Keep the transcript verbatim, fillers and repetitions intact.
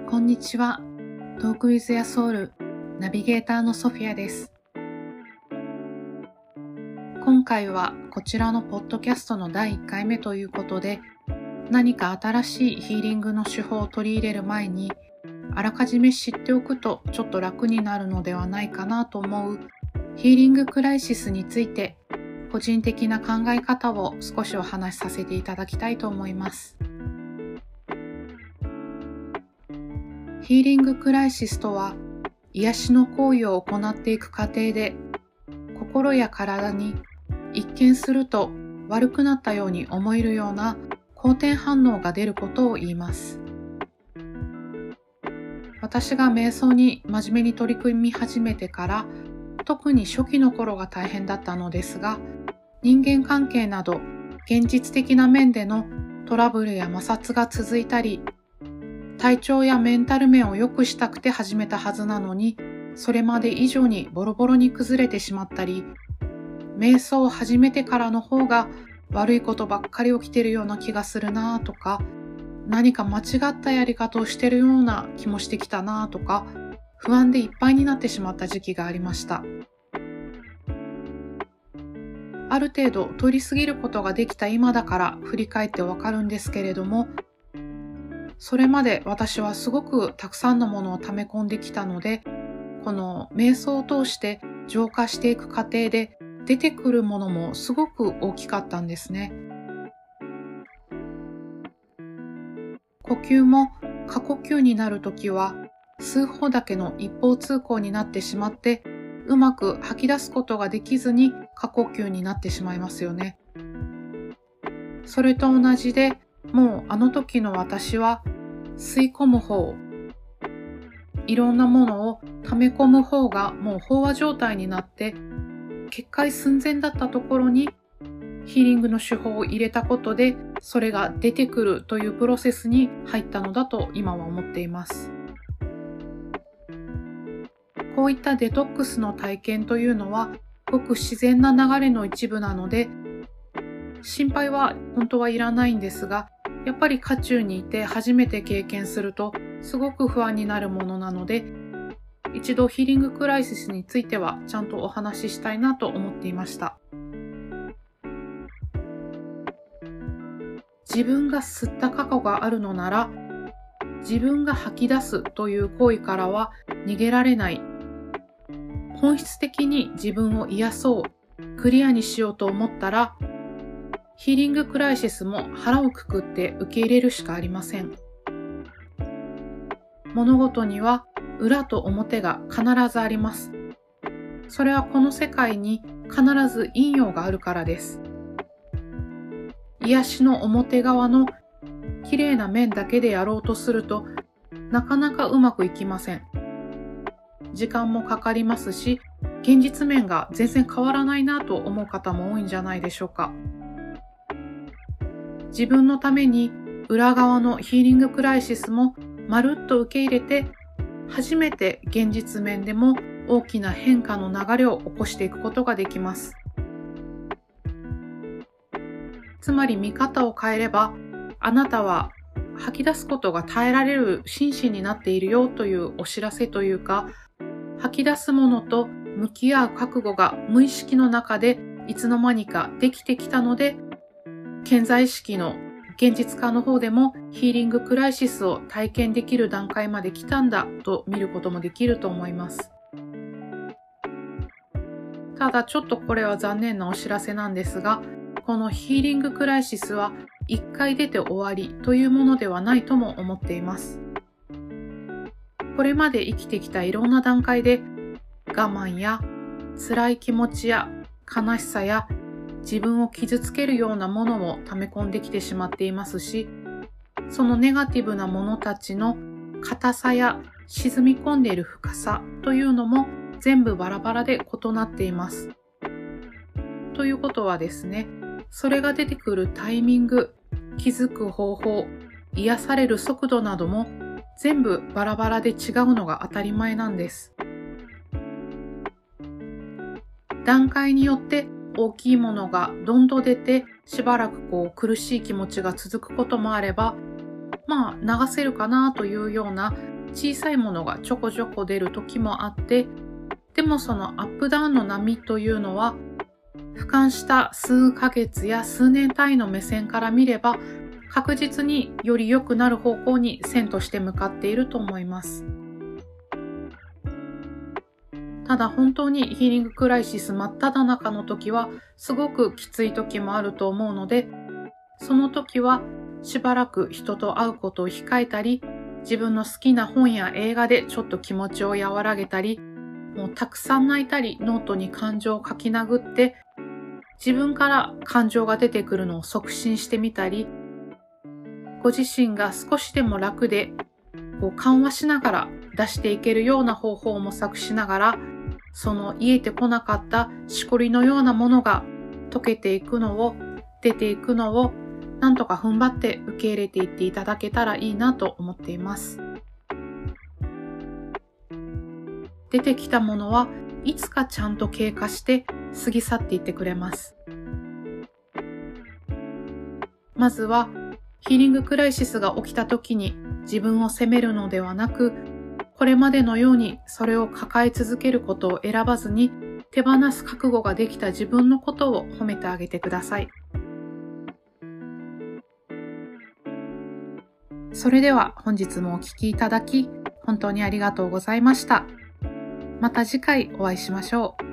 こんにちは。トークウィズヤソウルナビゲーターのソフィアです。今回はこちらのポッドキャストのだいいっかいめということで、何か新しいヒーリングの手法を取り入れる前に、あらかじめ知っておくとちょっと楽になるのではないかなと思うヒーリングクライシスについて、個人的な考え方を少しお話しさせていただきたいと思います。ヒーリングクライシスとは、癒しの行為を行っていく過程で、心や体に一見すると悪くなったように思えるような好転反応が出ることを言います。私が瞑想に真面目に取り組み始めてから、特に初期の頃が大変だったのですが、人間関係など現実的な面でのトラブルや摩擦が続いたり、体調やメンタル面を良くしたくて始めたはずなのに、それまで以上にボロボロに崩れてしまったり、瞑想を始めてからの方が悪いことばっかり起きてるような気がするなとか、何か間違ったやり方をしてるような気もしてきたなとか、不安でいっぱいになってしまった時期がありました。ある程度通り過ぎることができた今だから振り返ってわかるんですけれども、それまで私はすごくたくさんのものを溜め込んできたので、この瞑想を通して浄化していく過程で出てくるものもすごく大きかったんですね。呼吸も過呼吸になるときは数歩だけの一方通行になってしまって、うまく吐き出すことができずに過呼吸になってしまいますよね。それと同じで、もうあの時の私は吸い込む方、いろんなものを溜め込む方がもう飽和状態になって決壊寸前だったところにヒーリングの手法を入れたことで、それが出てくるというプロセスに入ったのだと今は思っています。こういったデトックスの体験というのはごく自然な流れの一部なので、心配は本当はいらないんですが、やっぱり渦中にいて初めて経験するとすごく不安になるものなので、一度ヒーリングクライシスについてはちゃんとお話ししたいなと思っていました。自分が吸った過去があるのなら、自分が吐き出すという行為からは逃げられない。本質的に自分を癒そう、クリアにしようと思ったら、ヒーリングクライシスも腹をくくって受け入れるしかありません。物事には裏と表が必ずあります。それはこの世界に必ず陰陽があるからです。癒しの表側の綺麗な面だけでやろうとすると、なかなかうまくいきません。時間もかかりますし、現実面が全然変わらないなと思う方も多いんじゃないでしょうか。自分のために裏側のヒーリングクライシスもまるっと受け入れて、初めて現実面でも大きな変化の流れを起こしていくことができます。つまり見方を変えれば、あなたは吐き出すことが耐えられる心身になっているよというお知らせというか、吐き出すものと向き合う覚悟が無意識の中でいつの間にかできてきたので、潜在意識の現実化の方でもヒーリングクライシスを体験できる段階まで来たんだと見ることもできると思います。ただちょっとこれは残念なお知らせなんですが、このヒーリングクライシスはいっかい出て終わりというものではないとも思っています。これまで生きてきたいろんな段階で我慢や辛い気持ちや悲しさや自分を傷つけるようなものを溜め込んできてしまっていますし、そのネガティブなものたちの硬さや沈み込んでいる深さというのも全部バラバラで異なっています。ということはですね、それが出てくるタイミング、気づく方法、癒される速度なども全部バラバラで違うのが当たり前なんです。段階によって大きいものがどんどん出てしばらくこう苦しい気持ちが続くこともあれば、まあ流せるかなというような小さいものがちょこちょこ出る時もあって、でもそのアップダウンの波というのは、俯瞰した数ヶ月や数年単位の目線から見れば、確実により良くなる方向に線として向かっていると思います。ただ本当にヒーリングクライシス真っ只中の時はすごくきつい時もあると思うので、その時はしばらく人と会うことを控えたり、自分の好きな本や映画でちょっと気持ちを和らげたり、もうたくさん泣いたり、ノートに感情を書き殴って、自分から感情が出てくるのを促進してみたり、ご自身が少しでも楽でこう緩和しながら出していけるような方法を模索しながら、その癒えてこなかったしこりのようなものが溶けていくのを、出ていくのを、なんとか踏ん張って受け入れていっていただけたらいいなと思っています。出てきたものはいつかちゃんと経過して過ぎ去っていってくれます。まずはヒーリングクライシスが起きた時に自分を責めるのではなく、これまでのようにそれを抱え続けることを選ばずに手放す覚悟ができた自分のことを褒めてあげてください。それでは本日もお聞きいただき本当にありがとうございました。また次回お会いしましょう。